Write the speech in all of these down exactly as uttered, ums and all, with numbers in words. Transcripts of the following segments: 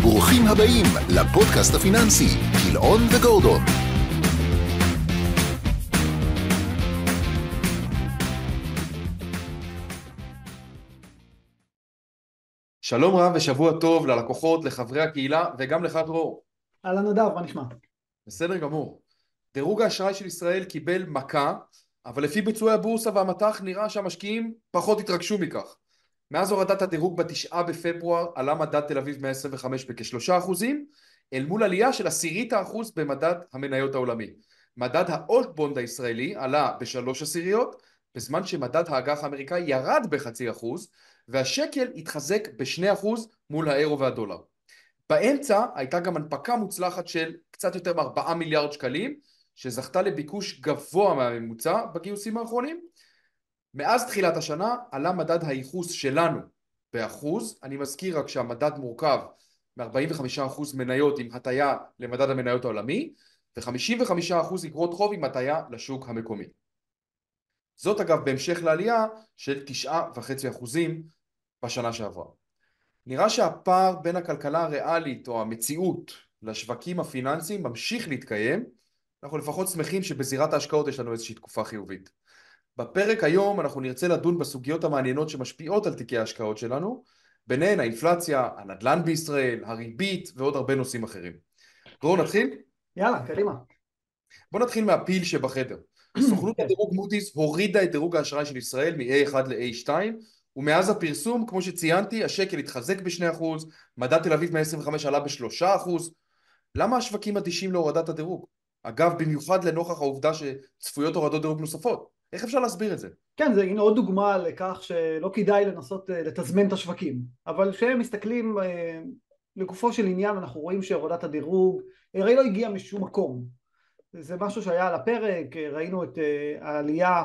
ברוכים הבאים לפודקאסט הפיננסי, גילאון וגורדון. שלום רב ושבוע טוב ללקוחות, לחברי הקהילה וגם לך דרור. אהלן נדב, מה נשמע? בסדר גמור. דירוג האשראי של ישראל קיבל מכה, אבל לפי ביצועי הבורסה והמטח נראה שהמשקיעים פחות התרגשו מכך. מאז הורדת הדירוג בתשעה בפברואר עלה מדד תל אביב מאה עשרים וחמש בכשלושה אחוזים, אל מול עלייה של עשירית האחוז במדד המניות העולמי. מדד האולד בונד הישראלי עלה בשלוש עשיריות, בזמן שמדד האג"ח האמריקאי ירד בחצי אחוז, והשקל התחזק בשני אחוז מול האירו והדולר. באמצע הייתה גם הנפקה מוצלחת של קצת יותר מארבעה מיליארד שקלים, שזכתה לביקוש גבוה מהממוצע בגיוסים האחרונים. מאז תחילת השנה עלה מדד הייחוס שלנו באחוז. אני מזכיר רק שהמדד מורכב מ-ארבעים וחמישה אחוז מניות עם הטיה למדד המניות העולמי, ו-חמישים וחמישה אחוז אגרות חוב עם הטיה לשוק המקומי. זאת אגב בהמשך לעלייה של תשעה וחצי אחוזים בשנה שעברה. נראה שהפער בין הכלכלה הריאלית או המציאות לשווקים הפיננסיים ממשיך להתקיים. אנחנו לפחות שמחים שבזירת ההשקעות יש לנו איזושהי תקופה חיובית. בפרק היום אנחנו נרצה לדון בסוגיות המעניינות שמשפיעות על תיקי ההשקעות שלנו, ביניהן האינפלציה, הנדל"ן בישראל, הריבית ועוד הרבה נושאים אחרים. בואו נתחיל? יאללה, קדימה. בואו נתחיל מהפיל שבחדר. סוכנות הדירוג מודי'ס הורידה את דירוג האשראי של ישראל מ-איי אחת ל-איי שתיים, ומאז הפרסום, כמו שציינתי, השקל התחזק ב-שני אחוז, מדד תל אביב מאה עשרים וחמש עלה ב-שלושה אחוז. למה השווקים אדישים להורדת הדירוג? אגב, במיוחד לנוכח העובדה שצפויות הורדות דירוג נוספות. איך אפשר להסביר את זה? כן, זה הנה עוד דוגמה לכך שלא כדאי לנסות לתזמן את השווקים. אבל כשהם מסתכלים לגופו של עניין, אנחנו רואים שהורדת הדירוג הרי לא הגיעה משום מקום. זה משהו שהיה על הפרק, ראינו את העלייה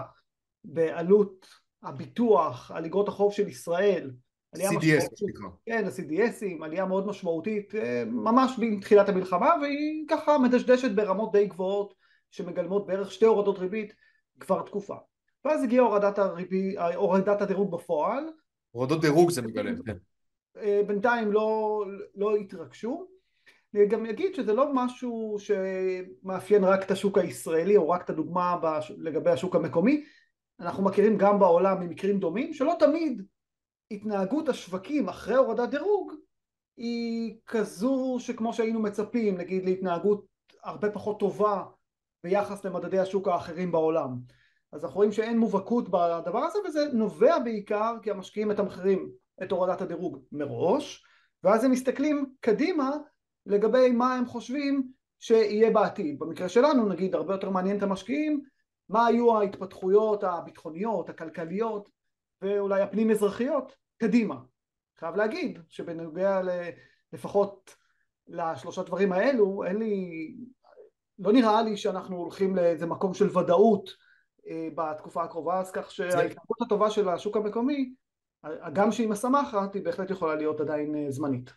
בעלות הביטוח, על אגרות החוב של ישראל. סי די אס, כן, ה-סי די אסים, עלייה מאוד משמעותית, ממש בתחילת המלחמה, והיא ככה מדשדשת ברמות די גבוהות, שמגלמות בערך שתי הורדות ריבית כבר תקופה. ואז הגיעה הורדת הריבית, הורדת הדירוג בפועל. הורדות דירוג זה מגלם, כן. בינתיים לא, לא התרגשו. אני גם אגיד שזה לא משהו שמאפיין רק את השוק הישראלי, או רק את הדוגמה לגבי השוק המקומי. אנחנו מכירים גם בעולם ממקרים דומים, שלא תמיד התנהגות השווקים אחרי הורדת דירוג היא כזו שכמו שהיינו מצפים, נגיד להתנהגות הרבה פחות טובה ביחס למדדי השוק האחרים בעולם. אז אנחנו רואים שאין מובהקות בדבר הזה, וזה נובע בעיקר כי המשקיעים מתמחרים את הורדת הדירוג מראש, ואז הם מסתכלים קדימה לגבי מה הם חושבים שיהיה בעתיד. במקרה שלנו נגיד הרבה יותר מעניין את המשקיעים מה היו ההתפתחויות הביטחוניות, הכלכליות ואולי הפנים אזרחיות קדימה. חייב להגיד שבנוגע לפחות לשלושה דברים האלו, אין לי, לא נראה לי שאנחנו הולכים לאיזה מקום של ודאות בתקופה הקרובה, אז כך שההתנהגות הטובה של השוק המקומי, גם שהיא משמחת, היא בהחלט יכולה להיות עדיין זמנית.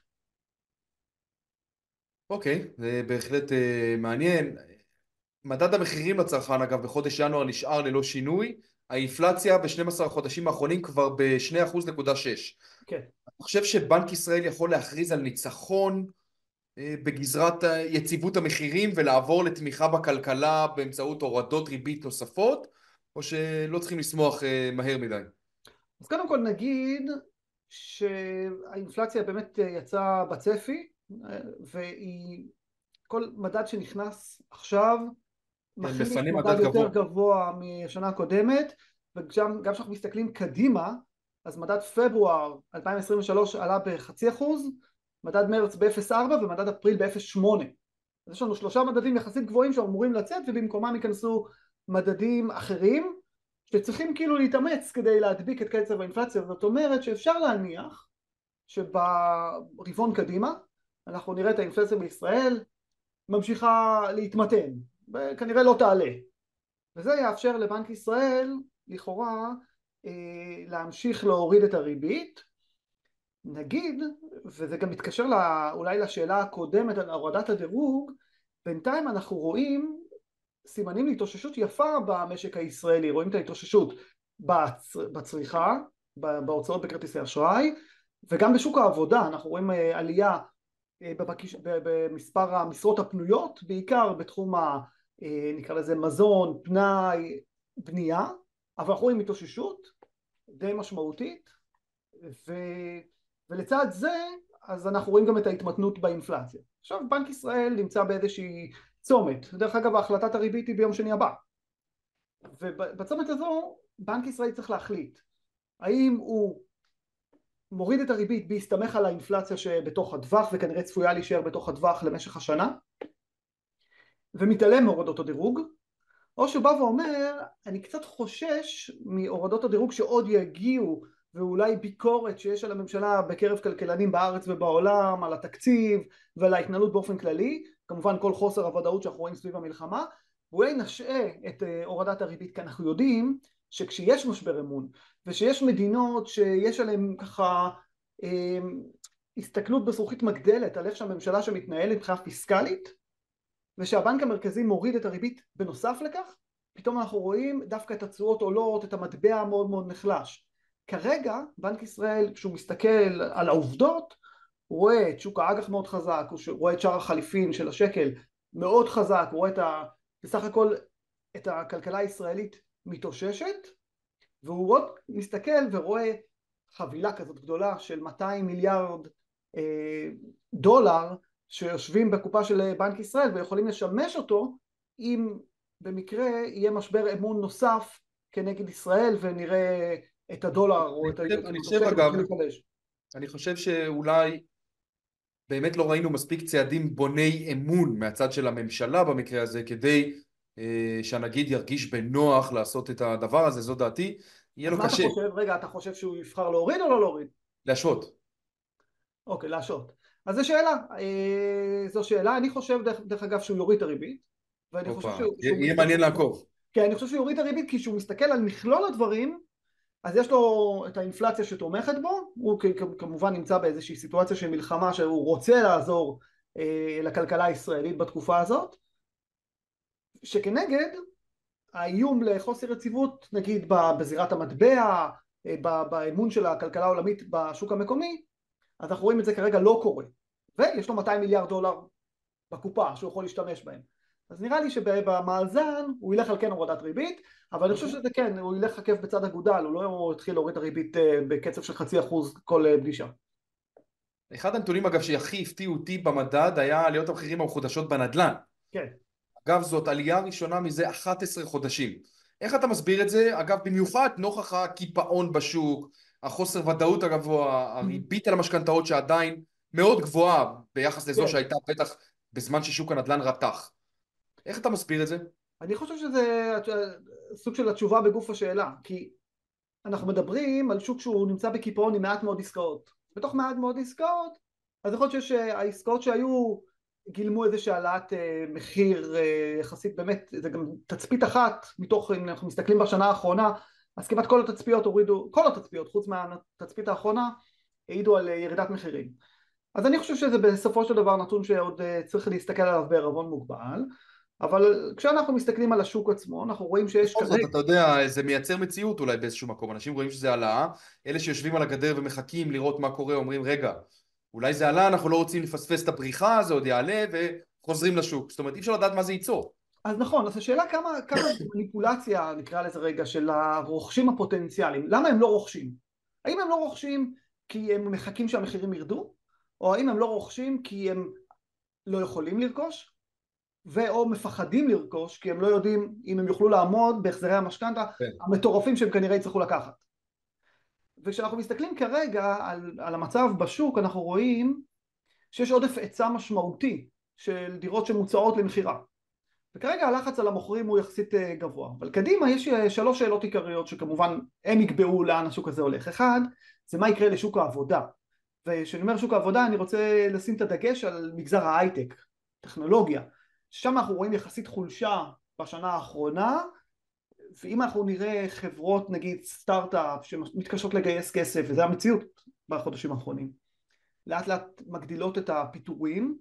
אוקיי, זה בהחלט מעניין. מדד המחירים לצרכן אגב בחודש ינואר נשאר ללא שינוי, האינפלציה ב-שנים עשר החודשים האחרונים כבר ב-שני אחוז נקודה שש. כן. אני חושב שבנק ישראל יכול להכריז על ניצחון בגזרת יציבות המחירים ולעבור לתמיכה בכלכלה באמצעות הורדות ריבית נוספות, או שלא צריכים לשמוח מהר מדי? אז קודם כל נגיד שהאינפלציה באמת יצאה בצפי, והיא כל מדד שנכנס עכשיו מחליף מדד יותר גבוה משנה הקודמת, וגם גם כשאנחנו מסתכלים קדימה, אז מדד פברואר אלפיים עשרים ושלוש עלה בחצי אחוז, מדד מרץ ב-אפס נקודה ארבע ומדד אפריל ב-אפס נקודה שמונה. אז יש לנו שלושה מדדים יחסית גבוהים שאמורים לצאת, ובמקומם ייכנסו מדדים אחרים שצריכים כאילו להתאמץ כדי להדביק את קצב האינפלציה. זאת אומרת שאפשר להניח שברבעון קדימה אנחנו נראה את האינפלציה בישראל ממשיכה להתמתן, וכנראה לא תעלה. וזה יאפשר לבנק ישראל לכאורה אה, להמשיך להוריד את הריבית. נגיד, וזה גם מתקשר לה, אולי לשאלה הקודמת על הורדת הדירוג, בינתיים אנחנו רואים סימנים להתאוששות יפה במשק הישראלי. רואים את ההתאוששות בצ... בצריכה, בהוצאות בכרטיסי אשראי, וגם בשוק העבודה אנחנו רואים עלייה במספר המשרות הפנויות, בעיקר בתחום ה, נקרא לזה מזון, פנאי, בנייה, אבל אנחנו רואים התאוששות די משמעותית, ו, ולצד זה אז אנחנו רואים גם את ההתמתנות באינפלציה. עכשיו בנק ישראל נמצא באיזושהי צומת, דרך אגב החלטת הריבית היא ביום שני הבא, ובצומת הזו בנק ישראל צריך להחליט האם הוא מוריד את הריבית בהסתמך על האינפלציה שבתוך הטווח וכנראה צפויה להישאר בתוך הטווח למשך השנה ומתעלם מהורדות הדירוג, או שבא ואומר אני קצת חושש מהורדות הדירוג שעוד יגיעו ואולי ביקורת שיש על הממשלה בקרב כלכלנים בארץ ובעולם על התקציב ועל ההתנהלות באופן כללי, כמובן כל חוסר הוודאות שאנחנו רואים סביב המלחמה, ואולי נשעה את הורדת הריבית, כי אנחנו יודעים שכשיש משבר אמון ושיש מדינות שיש עליהן ככה אה, הסתכלות בזכוכית מגדלת על איך שהממשלה שמתנהלת מבחינה פיסקלית ושהבנק המרכזי מוריד את הריבית בנוסף לכך, פתאום אנחנו רואים דווקא את התשואות עולות, את המטבע המאוד מאוד נחלש. כרגע בנק ישראל כשהוא מסתכל על העובדות הוא רואה את שוק האג"ח מאוד חזק, הוא רואה את שער החליפין של השקל מאוד חזק, הוא רואה את ה... בסך הכל את הכלכלה הישראלית מתאוששת, והוא עוד מסתכל ורואה חבילה כזאת גדולה של מאתיים מיליארד אה, דולר שיושבים בקופה של בנק ישראל ויכולים לשמש אותו אם במקרה יהיה משבר אמון נוסף כנגד ישראל ונראה את הדולר או את אני חושב אגב, אני חושב שאולי באמת לא ראינו מספיק צעדים בוני אמון מהצד של הממשלה במקרה הזה כדי אה, שהנגיד ירגיש בנוח לעשות את הדבר הזה, זו דעתי, יהיה לו קשה. מה אתה חושב? רגע, אתה חושב שהוא יבחר להוריד או לא להוריד? להשעות. אוקיי, להשעות. אז זו שאלה, אה, זו שאלה, אני חושב דרך, דרך אגב שהוא יוריד את הריבית, ואני אופה, חושב שהוא... יהיה, יהיה מעניין לעקוב. כן, אני חושב שהוא יוריד את הריבית כי כשהוא מסתכל על מכלול הדברים, אז יש לו את האינפלציה שתומכת בו, הוא כמובן נמצא באיזושהי סיטואציה של מלחמה שהוא רוצה לעזור אה, לכלכלה הישראלית בתקופה הזאת, שכנגד האיום לחוסר יציבות נגיד בזירת המטבע, אה, באמון של הכלכלה העולמית בשוק המקומי, אז אנחנו רואים את זה כרגע לא קורה, ויש לו מאתיים מיליארד דולר בקופה שהוא יכול להשתמש בהם. אז נראה לי שבמאזן הוא ילך על כן הורדת ריבית, אבל אני חושב שזה כן, הוא ילך עקב בצד אגודל, הוא לא התחיל להוריד את הריבית בקצב של חצי אחוז כל פגישה. אחד הנתונים אגב שהכי הפתיעו אותי במדד היה עליות המחירים המחודשות בנדל"ן. כן. אגב זאת עלייה ראשונה מזה אחת עשרה חודשים. איך אתה מסביר את זה? אגב במיוחד נוכח הקיפאון בשוק, החוסר ודאות הגבוה, הריבית על המשכנתאות שעדיין מאוד גבוהה ביחס לזו שהייתה בטח בזמן ששוק הנדל"ן רתח. איך אתה מסביר את זה? אני חושב שזה סוג של התשובה בגוף השאלה, כי אנחנו מדברים על שוק שהוא נמצא בקיפאון עם מעט מאוד עסקאות. בתוך מעט מאוד עסקאות, אז יכול להיות שהעסקאות שהיו גילמו איזושהי העלאת מחיר יחסית, באמת, זה גם תצפית אחת מתוך, אם אנחנו מסתכלים בשנה האחרונה, אז כמעט כל התצפיות הורידו, כל התצפיות חוץ מהתצפית האחרונה, העידו על ירידת מחירים. אז אני חושב שזה בסופו של דבר נתון שעוד צריך להסתכל עליו בערבון מוגבל, אבל כשאנחנו מסתכלים על השוק עצמו, אנחנו רואים שיש כזה... זאת, אתה יודע, זה מייצר מציאות אולי באיזשהו מקום, אנשים רואים שזה עלה, אלה שיושבים על הגדר ומחכים לראות מה קורה, אומרים, רגע, אולי זה עלה, אנחנו לא רוצים לפספס את הפריחה, זה עוד יעלה, וחוזרים לשוק. זאת אומרת, אי אפשר לדעת מה זה ייצור. אז נכון, אז השאלה כמה, כמה מניפולציה, נקרא לזה רגע, של הרוכשים הפוטנציאליים, למה הם לא רוכשים? האם הם לא רוכשים כי הם מחכים שהמחירים ירדו? או האם הם לא רוכשים כי הם לא יכולים לרכוש? ואו מפחדים לרכוש כי הם לא יודעים אם הם יוכלו לעמוד בהחזרי המשכנתא המטורפים שהם כנראה יצטרכו לקחת. וכשאנחנו מסתכלים כרגע על, על המצב בשוק, אנחנו רואים שיש עודף היצע משמעותי של דירות שמוצעות למכירה. וכרגע הלחץ על המוכרים הוא יחסית גבוה. אבל קדימה יש שלוש שאלות עיקריות שכמובן הם יקבעו לאן השוק הזה הולך. אחד, זה מה יקרה לשוק העבודה. וכשאני אומר שוק העבודה אני רוצה לשים את הדגש על מגזר ההייטק, טכנולוגיה. שם אנחנו רואים יחסית חולשה בשנה האחרונה, ואם אנחנו נראה חברות נגיד סטארט-אפ שמתקשות לגייס כסף, וזה המציאות בחודשים האחרונים, לאט לאט מגדילות את הפיטורים,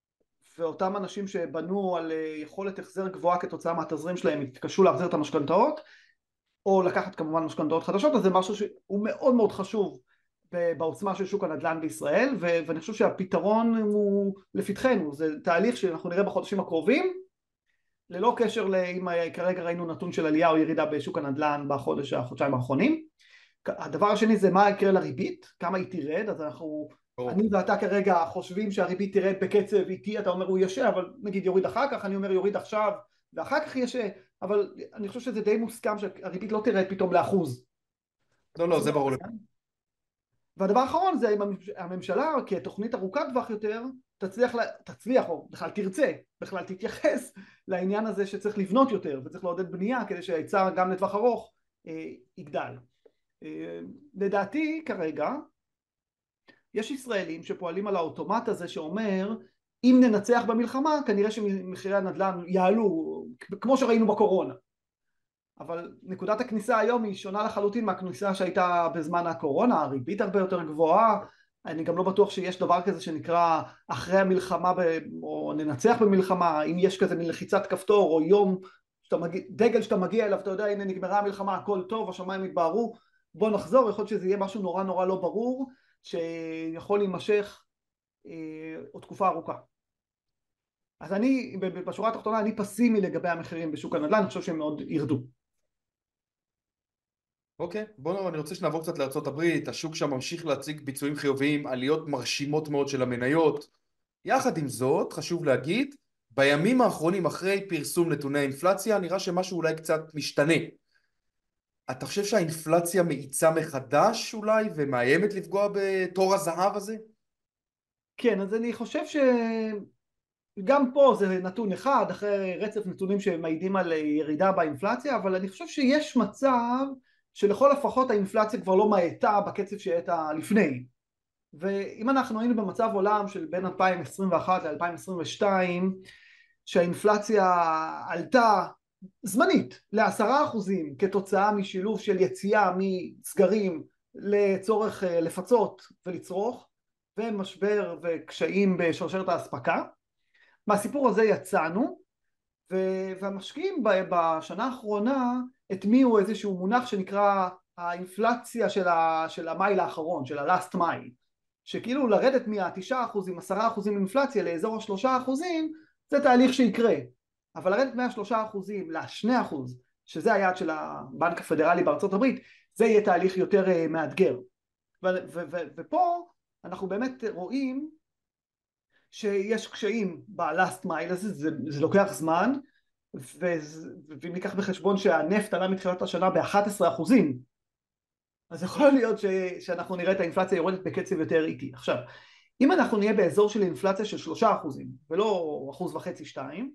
ואותם אנשים שבנו על יכולת החזר גבוהה כתוצאה מהתזרים שלהם יתקשו להחזיר את המשכנתאות, או לקחת כמובן משכנתאות חדשות, אז זה משהו שהוא מאוד מאוד חשוב בעוצמה של שוק הנדל"ן בישראל, ואני חושב שהפתרון הוא לפתחנו, זה תהליך שאנחנו נראה בחודשים הקרובים, ללא קשר לאם כרגע ראינו נתון של עלייה או ירידה בשוק הנדל"ן בחודש, החודשיים האחרונים. הדבר השני זה מה יקרה לריבית, כמה היא תירד, אז אנחנו, אני ואתה כרגע חושבים שהריבית תירד בקצב איטי, אתה אומר הוא ישה, אבל נגיד יוריד אחר כך, אני אומר יוריד עכשיו, ואחר כך ישה, אבל אני חושב שזה די מוסכם שהריבית לא תירד פתאום לאחוז. לא, לא, זה ברור. והדבר האחרון זה אם הממשלה כתוכנית ארוכת טווח יותר תצליח, תצליח או בכלל תרצה, בכלל תתייחס לעניין הזה שצריך לבנות יותר וצריך לעודד בנייה כדי שההיצע גם לטווח ארוך אה, יגדל. אה, לדעתי כרגע יש ישראלים שפועלים על האוטומט הזה שאומר אם ננצח במלחמה כנראה שמחירי הנדל"ן יעלו כמו שראינו בקורונה. אבל נקודת הכניסה היום היא שונה לחלוטין מהכניסה שהייתה בזמן הקורונה, הריבית הרבה יותר גבוהה, אני גם לא בטוח שיש דבר כזה שנקרא אחרי המלחמה ב... או ננצח במלחמה, אם יש כזה מלחיצת כפתור או יום, שאתה מגיע, דגל שאתה מגיע אליו, אתה יודע הנה נגמרה המלחמה, הכל טוב, השמיים יתבהרו, בוא נחזור, יכול להיות שזה יהיה משהו נורא נורא לא ברור, שיכול להימשך אה, עוד תקופה ארוכה. אז אני, בשורה התחתונה, אני פסימי לגבי המחירים בשוק הנדל"ן, אני חושב שהם מאוד ירדו. אוקיי, בואו, אני רוצה שנעבור קצת לארצות הברית, השוק שם ממשיך להציג ביצועים חיוביים, עליות מרשימות מאוד של המניות. יחד עם זאת, חשוב להגיד, בימים האחרונים אחרי פרסום נתוני האינפלציה, נראה שמשהו אולי קצת משתנה. אתה חושב שהאינפלציה מאיצה מחדש אולי, ומאיימת לפגוע בתור הזהב הזה? כן, אז אני חושב שגם פה זה נתון אחד, אחרי רצף נתונים שמעידים על ירידה באינפלציה, אבל אני חושב שיש מצב שלכל הפחות האינפלציה כבר לא מאטה בקצב שהייתה לפני. ואם אנחנו היינו במצב עולם של בין אלפיים עשרים ואחת ל-אלפיים עשרים ושתיים, שהאינפלציה עלתה זמנית לעשרה אחוזים כתוצאה משילוב של יציאה מסגרים לצורך לפצות ולצרוך, ומשבר וקשיים בשרשרת האספקה, מהסיפור הזה יצאנו, והמשקיעים בשנה האחרונה הטמיעו איזשהו מונח שנקרא האינפלציה של, ה, של המייל האחרון, של ה-last mile, שכאילו לרדת מה-תשעה אחוזים, עשרה אחוזים אינפלציה לאזור ה-שלושה אחוזים, זה תהליך שיקרה. אבל לרדת מה-שלושה אחוזים ל-שני אחוז, שזה היעד של הבנק הפדרלי בארצות הברית, זה יהיה תהליך יותר uh, מאתגר. ו- ו- ו- ופה אנחנו באמת רואים שיש קשיים ב-last mile הזה, זה, זה לוקח זמן, ואם ניקח בחשבון שהנפט עלה מתחילת השנה ב-אחד עשר אחוזים, אז יכול להיות ש, שאנחנו נראה את האינפלציה יורדת בקצב יותר איטי. עכשיו, אם אנחנו נהיה באזור של אינפלציה של שלושה אחוזים, ולא אחוז וחצי שתיים,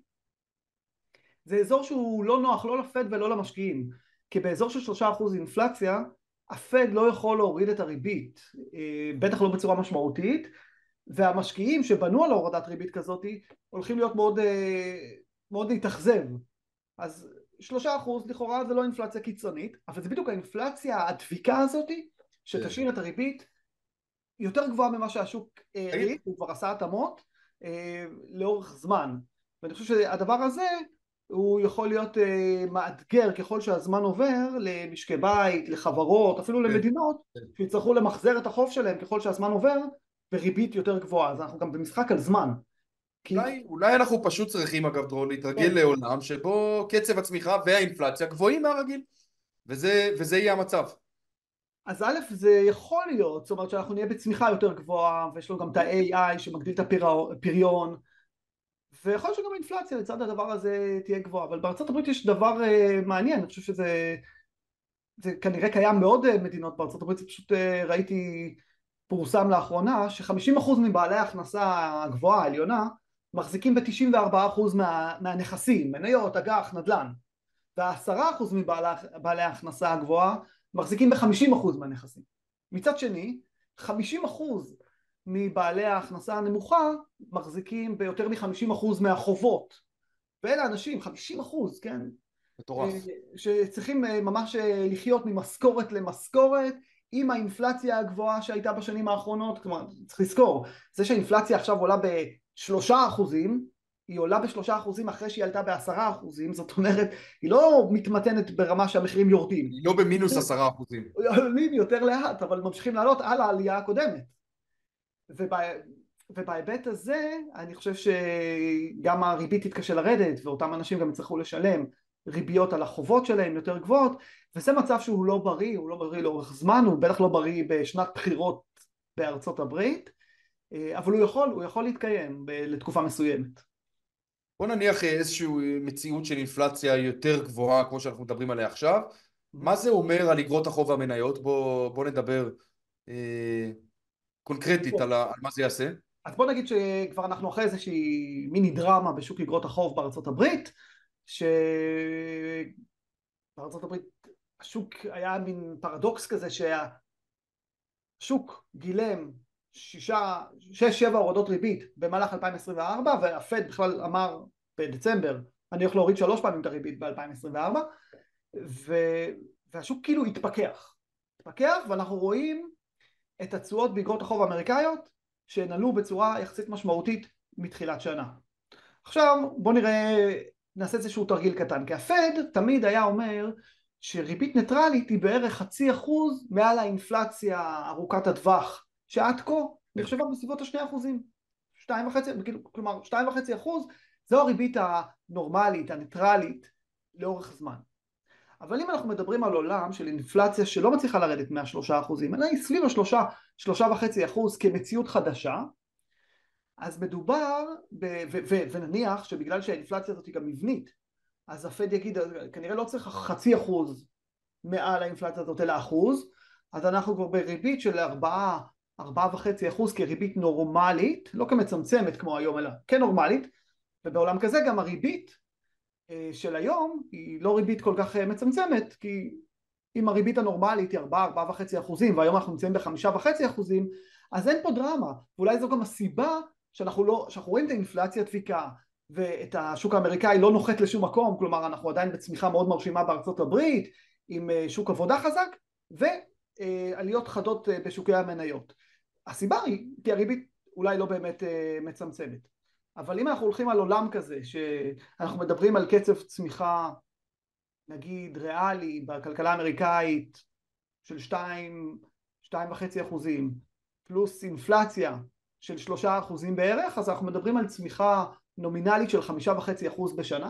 זה אזור שהוא לא נוח, לא לפד ולא למשקיעים, כי באזור של שלושה אחוז אינפלציה, הפד לא יכול להוריד את הריבית, בטח לא בצורה משמעותית, והמשקיעים שבנו על הורדת ריבית כזאת, הולכים להיות מאוד, מאוד להתאכזב. אז שלושה אחוז לכאורה זה לא אינפלציה קיצונית, אבל זה בדיוק האינפלציה הדביקה הזאת, שתשאיר את הריבית יותר גבוהה ממה שהשוק העריך, הוא כבר עשה התאמות לאורך זמן. ואני חושב שהדבר הזה הוא יכול להיות מאתגר ככל שהזמן עובר למשקי בית, לחברות, אפילו למדינות, שיצטרכו למחזר את החוב שלהם ככל שהזמן עובר בריבית יותר גבוהה. אז אנחנו גם במשחק על זמן. אולי, אולי אנחנו פשוט צריכים אגב דרון להתרגל כן. לעולם שבו קצב הצמיחה והאינפלציה גבוהים מהרגיל, וזה, וזה יהיה המצב. אז א' זה יכול להיות, זאת אומרת שאנחנו נהיה בצמיחה יותר גבוהה, ויש לו גם את ה-איי איי שמגדיל את הפריון, ויכול להיות שגם האינפלציה לצד הדבר הזה תהיה גבוהה, אבל בארצות הברית יש דבר uh, מעניין, אני חושב שזה זה כנראה קיים מאוד מדינות בארצות הברית, זה פשוט uh, ראיתי פורסם לאחרונה, ש-חמישים אחוז מבעלי ההכנסה הגבוהה העליונה, מחזיקים ב-תשעים וארבעה אחוז מה, מהנכסים, מניות, אג"ח, נדל"ן, וה-עשרה אחוז מבעלי ההכנסה הגבוהה, מחזיקים ב-חמישים אחוז מהנכסים. מצד שני, חמישים אחוז מבעלי ההכנסה הנמוכה מחזיקים ביותר מ-חמישים אחוז מהחובות. ואלה אנשים, חמישים אחוז, כן? מטורף. שצריכים ממש לחיות ממשכורת למשכורת, עם האינפלציה הגבוהה שהייתה בשנים האחרונות. כלומר, צריך לזכור, זה שהאינפלציה עכשיו עולה בשלושה אחוזים, היא עולה בשלושה אחוזים אחרי שהיא עלתה בעשרה אחוזים, זאת אומרת, היא לא מתמתנת ברמה שהמחירים יורדים. היא לא במינוס עשרה אחוזים. עולים יותר לאט, אבל ממשיכים לעלות על העלייה הקודמת. ובא... ובהיבט הזה, אני חושב שגם הריבית תתקשה לרדת, ואותם אנשים גם יצטרכו לשלם ריביות על החובות שלהם יותר גבוהות, וזה מצב שהוא לא בריא, הוא לא בריא לאורך זמן, הוא בטח לא בריא בשנת בחירות בארצות הברית, אבל הוא יכול, הוא יכול להתקיים לתקופה מסוימת. בוא נניח איזושהי מציאות של אינפלציה יותר גבוהה, כמו שאנחנו מדברים עליה עכשיו. מה זה אומר על אגרות החוב והמניות? בוא, בוא נדבר אה, קונקרטית על, על מה זה יעשה. אז בוא נגיד שכבר אנחנו אחרי איזושהי מיני דרמה בשוק אגרות החוב בארצות הברית, שבארצות הברית השוק היה מין פרדוקס כזה שהשוק גילם שישה, שש, שבע הורדות ריבית במהלך אלפיים עשרים וארבע, והפד בכלל אמר בדצמבר, אני הולך להוריד שלוש פעמים את הריבית ב-אלפיים עשרים וארבע, והשוק כאילו התפקח. התפקח, ואנחנו רואים את התשואות באגרות החוב האמריקאיות, שנעלו בצורה יחסית משמעותית מתחילת שנה. עכשיו בוא נראה, נעשה איזשהו תרגיל קטן, כי הפד תמיד היה אומר שריבית ניטרלית היא בערך חצי אחוז מעל האינפלציה ארוכת הטווח, שעד כה נחשבה בסביבות השני אחוזים, שתיים וחצי, כלומר שתיים וחצי אחוז, זו הריבית הנורמלית, הניטרלית, לאורך זמן. אבל אם אנחנו מדברים על עולם של אינפלציה שלא מצליחה לרדת מהשלושה אחוזים, אלא היא סביב השלושה, שלושה וחצי אחוז כמציאות חדשה, אז מדובר, ב, ו, ו, ונניח שבגלל שהאינפלציה הזאת היא גם מבנית, אז הפד יגיד, כנראה לא צריך חצי אחוז מעל האינפלציה הזאת, אלא אחוז, אז אנחנו כבר בריבית של ארבעה, ארבעה וחצי אחוז כריבית נורמלית, לא כמצמצמת כמו היום, אלא כנורמלית, ובעולם כזה גם הריבית של היום היא לא ריבית כל כך מצמצמת, כי אם הריבית הנורמלית היא ארבעה, ארבעה וחצי אחוזים, והיום אנחנו נמצאים בחמישה וחצי אחוזים, אז אין פה דרמה, ואולי זו גם הסיבה שאנחנו, לא, שאנחנו רואים את האינפלציה דפיקה, ואת השוק האמריקאי לא נוחת לשום מקום, כלומר אנחנו עדיין בצמיחה מאוד מרשימה בארצות הברית, עם שוק עבודה חזק, ועליות חדות בשוקי המניות. הסיבה היא כי הריבית אולי לא באמת מצמצמת. אבל אם אנחנו הולכים על עולם כזה, שאנחנו מדברים על קצב צמיחה, נגיד ריאלי, בכלכלה האמריקאית, של שתיים, שתיים וחצי אחוזים, פלוס אינפלציה של שלושה אחוזים בערך, אז אנחנו מדברים על צמיחה נומינלית של חמישה וחצי אחוז בשנה.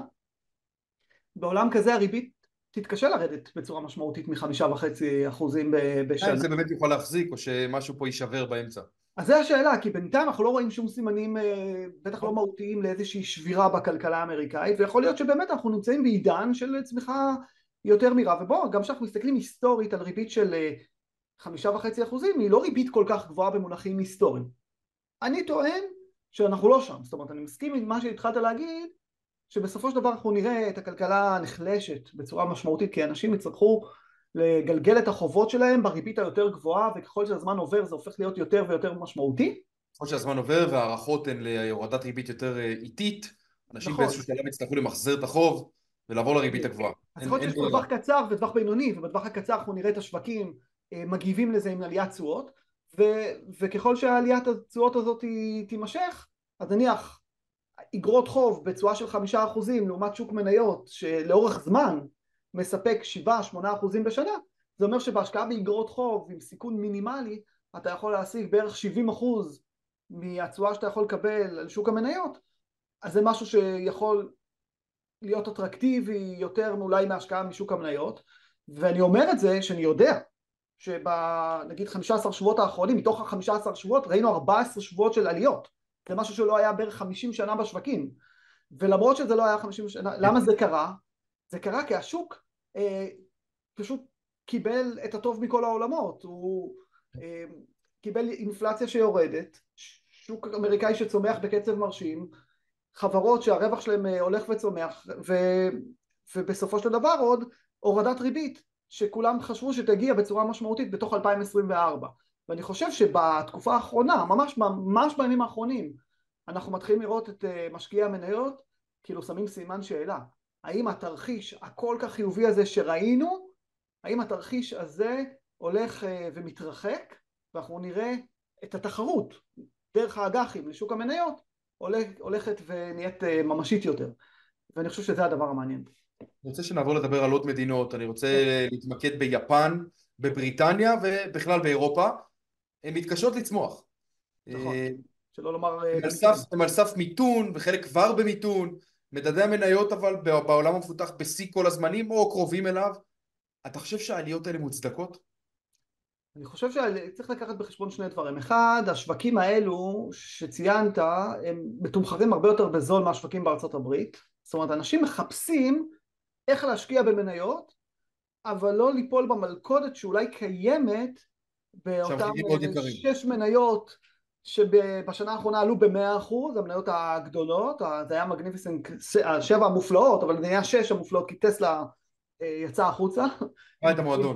בעולם כזה הריבית תתקשה לרדת בצורה משמעותית מחמישה וחצי אחוזים בשנה. זה באמת יכול להחזיק, או שמשהו פה יישבר באמצע? אז זו השאלה, כי בינתיים אנחנו לא רואים שום סימנים, בטח לא מהותיים, לאיזושהי שבירה בכלכלה האמריקאית, ויכול להיות שבאמת אנחנו נמצאים בעידן של צמיחה יותר מהירה, ובואו, גם כשאנחנו מסתכלים היסטורית על ריבית של חמישה וחצי אחוזים, היא לא ריבית כל כך גבוהה במונחים היסטוריים. אני טוען שאנחנו לא שם, זאת אומרת, אני מסכים עם מה שהתחלת להגיד, שבסופו של דבר אנחנו נראה את הכלכלה נחלשת בצורה משמעותית, כי אנשים יצטרכו לגלגל את החובות שלהם בריבית היותר גבוהה, וככל שהזמן עובר זה הופך להיות יותר ויותר משמעותי. ככל שהזמן עובר והערכות הן להורדת ריבית יותר איטית, אנשים נכון. באיזשהו שלב יצטרכו למחזר את החוב ולעבור לריבית הגבוהה. אז יכול להיות שיש טווח קצר וטווח בינוני, ובטווח הקצר אנחנו נראה את השווקים מגיבים לזה עם עליית תשואות, ו- וככל שהעליית התשואות הזאת תימשך, אז נניח אגרות חוב בתשואה של חמישה אחוזים לעומת שוק מניות שלאורך זמן מספק שבעה שמונה אחוזים בשנה, זה אומר שבהשקעה באגרות חוב עם סיכון מינימלי אתה יכול להשיג בערך שבעים אחוז מהתשואה שאתה יכול לקבל על שוק המניות, אז זה משהו שיכול להיות אטרקטיבי יותר אולי מהשקעה משוק המניות. ואני אומר את זה שאני יודע שבנגיד חמישה עשר שבועות האחרונים, מתוך ה-חמישה עשר שבועות ראינו ארבעה עשר שבועות של עליות, זה משהו שלא היה בערך חמישים שנה בשווקים, ולמרות שזה לא היה חמישים שנה, למה זה קרה? זה קרה כי השוק אה, פשוט קיבל את הטוב מכל העולמות, הוא אה, קיבל אינפלציה שיורדת, שוק אמריקאי שצומח בקצב מרשים, חברות שהרווח שלהם הולך וצומח, ו, ובסופו של דבר עוד הורדת ריבית, שכולם חשבו שתגיע בצורה משמעותית בתוך אלפיים עשרים וארבע. ואני חושב שבתקופה האחרונה, ממש ממש בימים האחרונים, אנחנו מתחילים לראות את משקיעי המניות, כאילו שמים סימן שאלה. האם התרחיש הכל כך חיובי הזה שראינו, האם התרחיש הזה הולך ומתרחק, ואנחנו נראה את התחרות דרך האג"חים לשוק המניות, הולכת ונהיית ממשית יותר, ואני חושב שזה הדבר המעניין. אני רוצה שנעבור לדבר על עוד מדינות, אני רוצה להתמקד ביפן, בבריטניה ובכלל באירופה, הן מתקשות לצמוח. נכון, שלא לומר הם על במקרים. סף, הם על סף מיתון, וחלק כבר במיתון, מדדי המניות אבל בעולם המפותח בשיא כל הזמנים או קרובים אליו. אתה חושב שהעליות האלה מוצדקות? אני חושב שצריך לקחת בחשבון שני דברים. אחד, השווקים האלו שציינת, הם מתומחרים הרבה יותר בזול מהשווקים בארצות הברית. זאת אומרת, אנשים מחפשים איך להשקיע במניות, אבל לא ליפול במלכודת שאולי קיימת באותם שש מניות שבשנה האחרונה עלו ב-מאה אחוז, המניות הגדולות, זה היה מגניפיסנט, שבע המופלאות, אבל זה היה שש המופלאות, כי טסלה יצאה החוצה. מה את המועדון?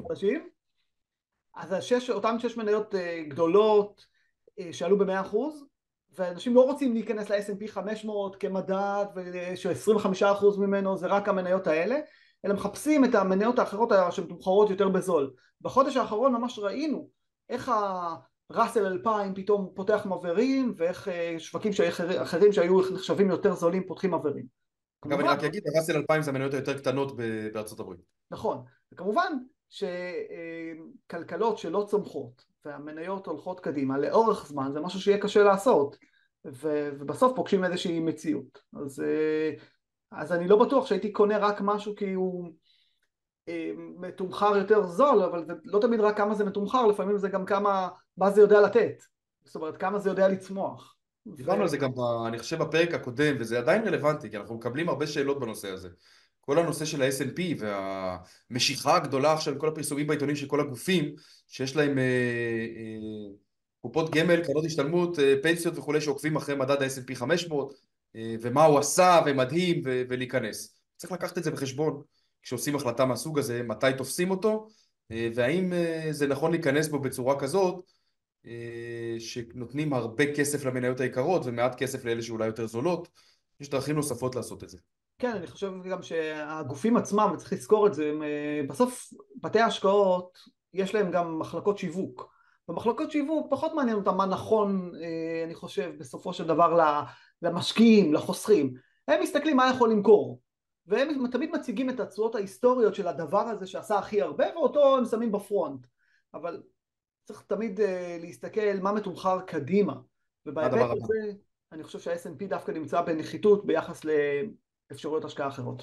אז השש, אותן שש מניות גדולות שעלו ב-מאה אחוז, ואנשים לא רוצים להיכנס ל-אס אנד פי חמש מאות כמדד, ש-עשרים וחמישה אחוז ממנו זה רק המניות האלה, אלא מחפשים את המניות האחרות שמתומחרות יותר בזול. בחודש האחרון ממש ראינו איך הראסל אלפיים פתאום פותח מברים, ואיך שווקים אחרים שהיו נחשבים יותר זולים פותחים מברים. אגב, אני רק אגיד, הראסל אלפיים זה המניות היותר קטנות בארצות הברית. נכון, וכמובן שכלכלות שלא צומחות והמניות הולכות קדימה לאורך זמן זה משהו שיהיה קשה לעשות, ובסוף פוגשים איזושהי מציאות. אז, אז אני לא בטוח שהייתי קונה רק משהו כי הוא מתומחר יותר זול, אבל זה לא תמיד רק כמה זה מתומחר, לפעמים זה גם כמה, מה זה יודע לתת, זאת אומרת כמה זה יודע לצמוח. דיברנו על זה גם, אני חושב, בפרק הקודם, וזה עדיין רלוונטי, כי אנחנו מקבלים הרבה שאלות בנושא הזה. כל הנושא של ה-אס אנד פי והמשיכה הגדולה עכשיו, כל הפרסומים בעיתונים של כל הגופים, שיש להם אה, אה, קופות גמל, קרנות השתלמות, אה, פנסיות וכולי, שעוקבים אחרי מדד ה-אס אנד פי חמש מאות, אה, ומה הוא עשה, ומדהים, ו- ולהיכנס. צריך לקחת את זה בחשבון, כשעושים החלטה מהסוג הזה, מתי תופסים אותו, אה, והאם אה, זה נכון להיכנס בו בצורה כזאת, שנותנים הרבה כסף למניות העיקרות ומעט כסף לאלה שאולי יותר זולות. יש דרכים נוספות לעשות את זה. כן, אני חושב גם שהגופים עצמם, צריך לזכור את זה, בסוף בתי ההשקעות יש להם גם מחלקות שיווק. במחלקות שיווק פחות מעניין אותם מה נכון, אני חושב, בסופו של דבר למשקיעים, לחוסכים. הם מסתכלים מה יכול למכור, והם תמיד מציגים את התשואות ההיסטוריות של הדבר הזה שעשה הכי הרבה, ואותו הם שמים בפרונט. אבל צריך תמיד להסתכל מה מתומחר קדימה, ובהיבט הזה אני חושב שה-אס אנד פי דווקא נמצא בנחיתות ביחס לאפשרויות השקעה אחרות.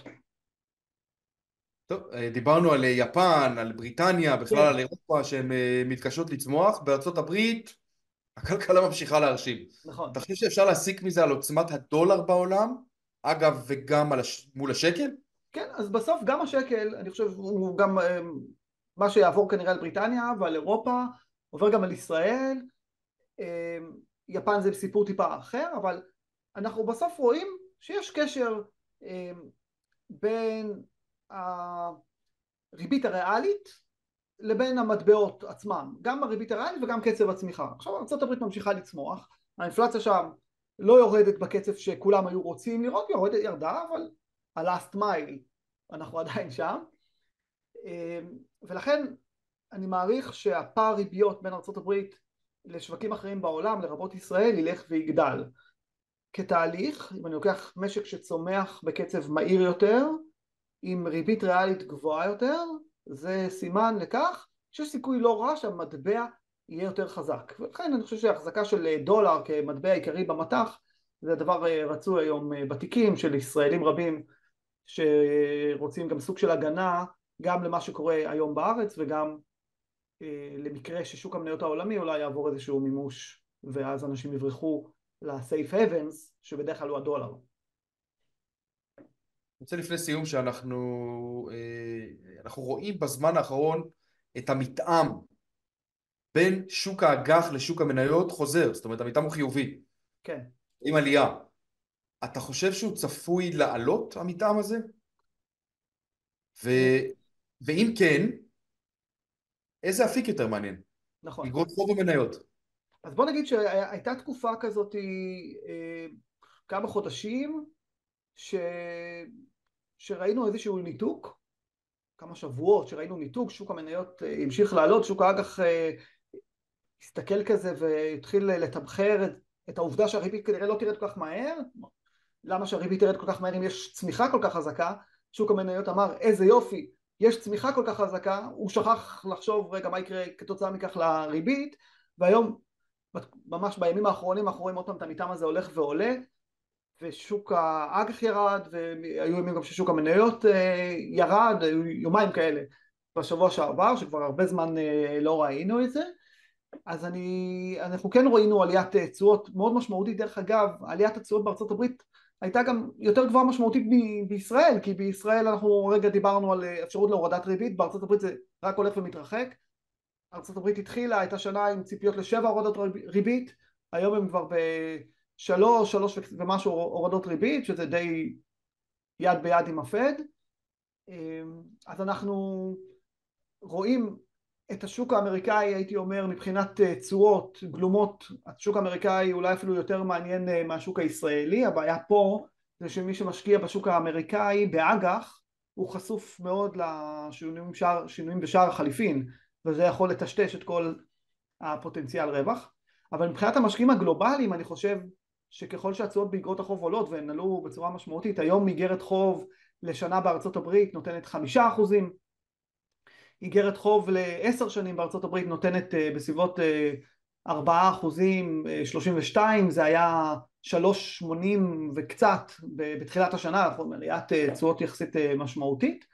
טוב, דיברנו על יפן, על בריטניה, בכלל על אירופה שהן מתקשות לצמוח. בארצות הברית הכלכלה ממשיכה להרשים. נכון. אתה חושב שאפשר להסיק מזה על עוצמת הדולר בעולם? אגב, וגם על הש... מול השקל? כן, אז בסוף גם השקל, אני חושב, הוא גם מה שיעבור כנראה על בריטניה ועל אירופה, עובר גם על ישראל. יפן זה סיפור טיפה אחר, אבל אנחנו בסוף רואים שיש קשר בין הריבית הריאלית לבין המטבעות עצמם, גם הריבית הריאלית וגם קצב הצמיחה. עכשיו ארצות הברית ממשיכה לצמוח, האינפלציה שם לא יורדת בקצב שכולם היו רוצים לראות, יורדת, ירדה, אבל ה-last mile אנחנו עדיין שם, ולכן אני מעריך שהפער ריביות בין ארצות הברית לשווקים אחרים בעולם, לרבות ישראל, ילך ויגדל. כתהליך, אם אני לוקח משק שצומח בקצב מהיר יותר, עם ריבית ריאלית גבוהה יותר, זה סימן לכך שיש סיכוי לא רע שהמטבע יהיה יותר חזק. ולכן אני חושב שההחזקה של דולר כמטבע עיקרי במטח, זה דבר רצוי היום בתיקים של ישראלים רבים, שרוצים גם סוג של הגנה, גם למה שקורה היום בארץ, וגם למקרה ששוק המניות העולמי אולי יעבור איזשהו מימוש, ואז אנשים יברחו לסייף האבנס, שבדרך כלל הוא הדולר. אני רוצה לפני סיום שאנחנו אנחנו רואים בזמן האחרון את המתאם בין שוק האג"ח לשוק המניות חוזר, זאת אומרת המתאם הוא חיובי. כן. עם עלייה. אתה חושב שהוא צפוי לעלות המתאם הזה? ו... ואם כן, איזה אפיק יותר מעניין? נכון. אגרות חוב ומניות. אז בוא נגיד שהייתה תקופה כזאת כמה חודשים ש... שראינו איזשהו ניתוק, כמה שבועות שראינו ניתוק, שוק המניות המשיך לעלות, שוק האג"ח הסתכל כזה והתחיל לתמחר את העובדה שהריבית כנראה לא תרד כל כך מהר. למה שהריבית תרד כל כך מהר אם יש צמיחה כל כך חזקה? שוק המניות אמר איזה יופי, יש צמיחה כל כך חזקה, הוא שכח לחשוב רגע מה יקרה כתוצאה מכך לריבית, והיום ממש בימים האחרונים אנחנו רואים עוד פעם את המתאם הזה הולך ועולה, ושוק האג"ח ירד, והיו ימים גם ששוק המניות ירד, היו יומיים כאלה בשבוע שעבר, שכבר הרבה זמן לא ראינו את זה. אז אני, אנחנו כן ראינו עליית תשואות מאוד משמעותית. דרך אגב, עליית התשואות בארצות הברית הייתה גם יותר גבוהה משמעותית ב- בישראל, כי בישראל אנחנו רגע דיברנו על אפשרות להורדת ריבית, בארצות הברית זה רק הולך ומתרחק. ארצות הברית התחילה את השנה עם ציפיות לשבע הורדות ריבית, היום הם כבר בשלוש, שלוש ומשהו הורדות ריבית, שזה די יד ביד עם הפד. אז אנחנו רואים את השוק האמריקאי, הייתי אומר, מבחינת תשואות גלומות, השוק האמריקאי אולי אפילו יותר מעניין מהשוק הישראלי. הבעיה פה זה שמי שמשקיע בשוק האמריקאי באג"ח, הוא חשוף מאוד לשינויים שער, שינויים בשער החליפין, וזה יכול לטשטש את כל הפוטנציאל רווח. אבל מבחינת המשקיעים הגלובליים, אני חושב שככל שהתשואות באגרות החוב עולות, והן עלו בצורה משמעותית, היום איגרת חוב לשנה בארצות הברית נותנת חמישה אחוזים, איגרת חוב לעשר שנים בארצות הברית נותנת בסביבות ארבעה אחוזים, שלושים ושתיים, זה היה שלוש שמונים וקצת בתחילת השנה, עליית תשואות יחסית משמעותית.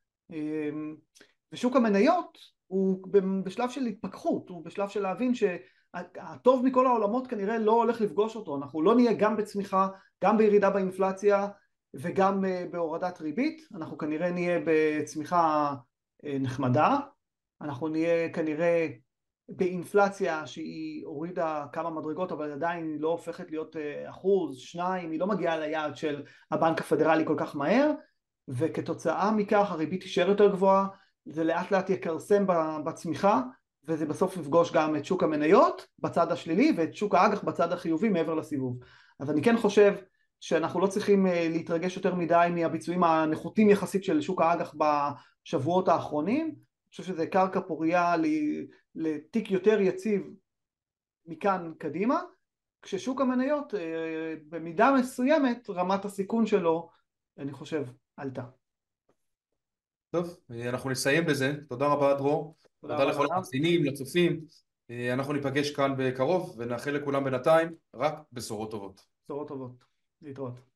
ושוק המניות הוא בשלב של התפכחות, הוא בשלב של להבין שהטוב מכל העולמות כנראה לא הולך לפגוש אותו, אנחנו לא נהיה גם בצמיחה, גם בירידה באינפלציה וגם בהורדת ריבית, אנחנו כנראה נהיה בצמיחה נחמדה, אנחנו נהיה כנראה באינפלציה שהיא הורידה כמה מדרגות, אבל עדיין היא לא הופכת להיות אחוז, שניים, היא לא מגיעה ליעד של הבנק הפדרלי כל כך מהר, וכתוצאה מכך הריבית תישאר יותר גבוהה, זה לאט לאט יקרסם בצמיחה, וזה בסוף יפגוש גם את שוק המניות בצד השלילי, ואת שוק האג"ח בצד החיובי מעבר לסיבוב. אז אני כן חושב שאנחנו לא צריכים להתרגש יותר מדי מהביצועים הנחותים יחסית של שוק האג"ח בשבועות האחרונים. אני חושב שזה קרקע פוריה לתיק יותר יציב מכאן קדימה, כששוק המניות במידה מסוימת רמת הסיכון שלו, אני חושב, עלתה. טוב, אנחנו נסיים בזה. תודה רבה דרור, תודה, תודה לכל המאזינים, לצופים. אנחנו ניפגש כאן בקרוב ונאחל לכולם בינתיים רק בשורות טובות. בשורות טובות, להתראות.